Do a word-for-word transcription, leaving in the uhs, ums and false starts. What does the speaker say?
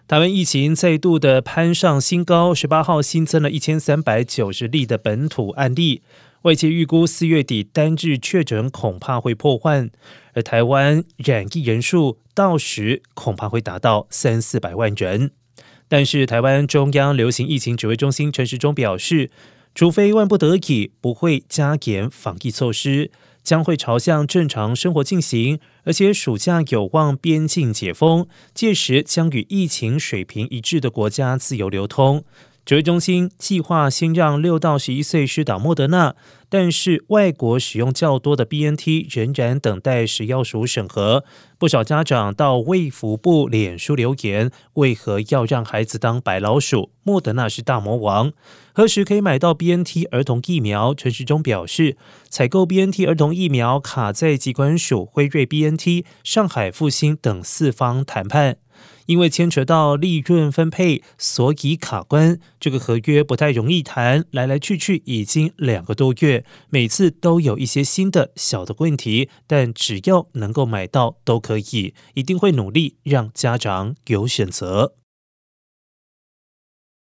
台湾疫情再度的攀上新高，十八号新增了一千三百九十例的本土案例，外界预估四月底单日确诊恐怕会破万，而台湾染疫人数到时恐怕会达到三四百万人。但是台湾中央流行疫情指挥中心陈时中表示，除非万不得已，不会加严防疫措施，将会朝向正常生活进行，而且暑假有望边境解封，届时将与疫情水平一致的国家自由流通。指挥中心计划先让六到十一岁施打莫德纳，但是外国使用较多的 B N T 仍然等待食药署审核。不少家长到卫福部脸书留言，为何要让孩子当白老鼠？莫德纳是大魔王。何时可以买到 B N T 儿童疫苗？陈时中表示，采购 B N T 儿童疫苗卡在疾管署、辉瑞 B N T、上海复星等四方谈判。因为牵扯到利润分配，所以卡关。这个合约不太容易谈，来来去去已经两个多月，每次都有一些新的小的问题，但只要能够买到都可以，一定会努力让家长有选择。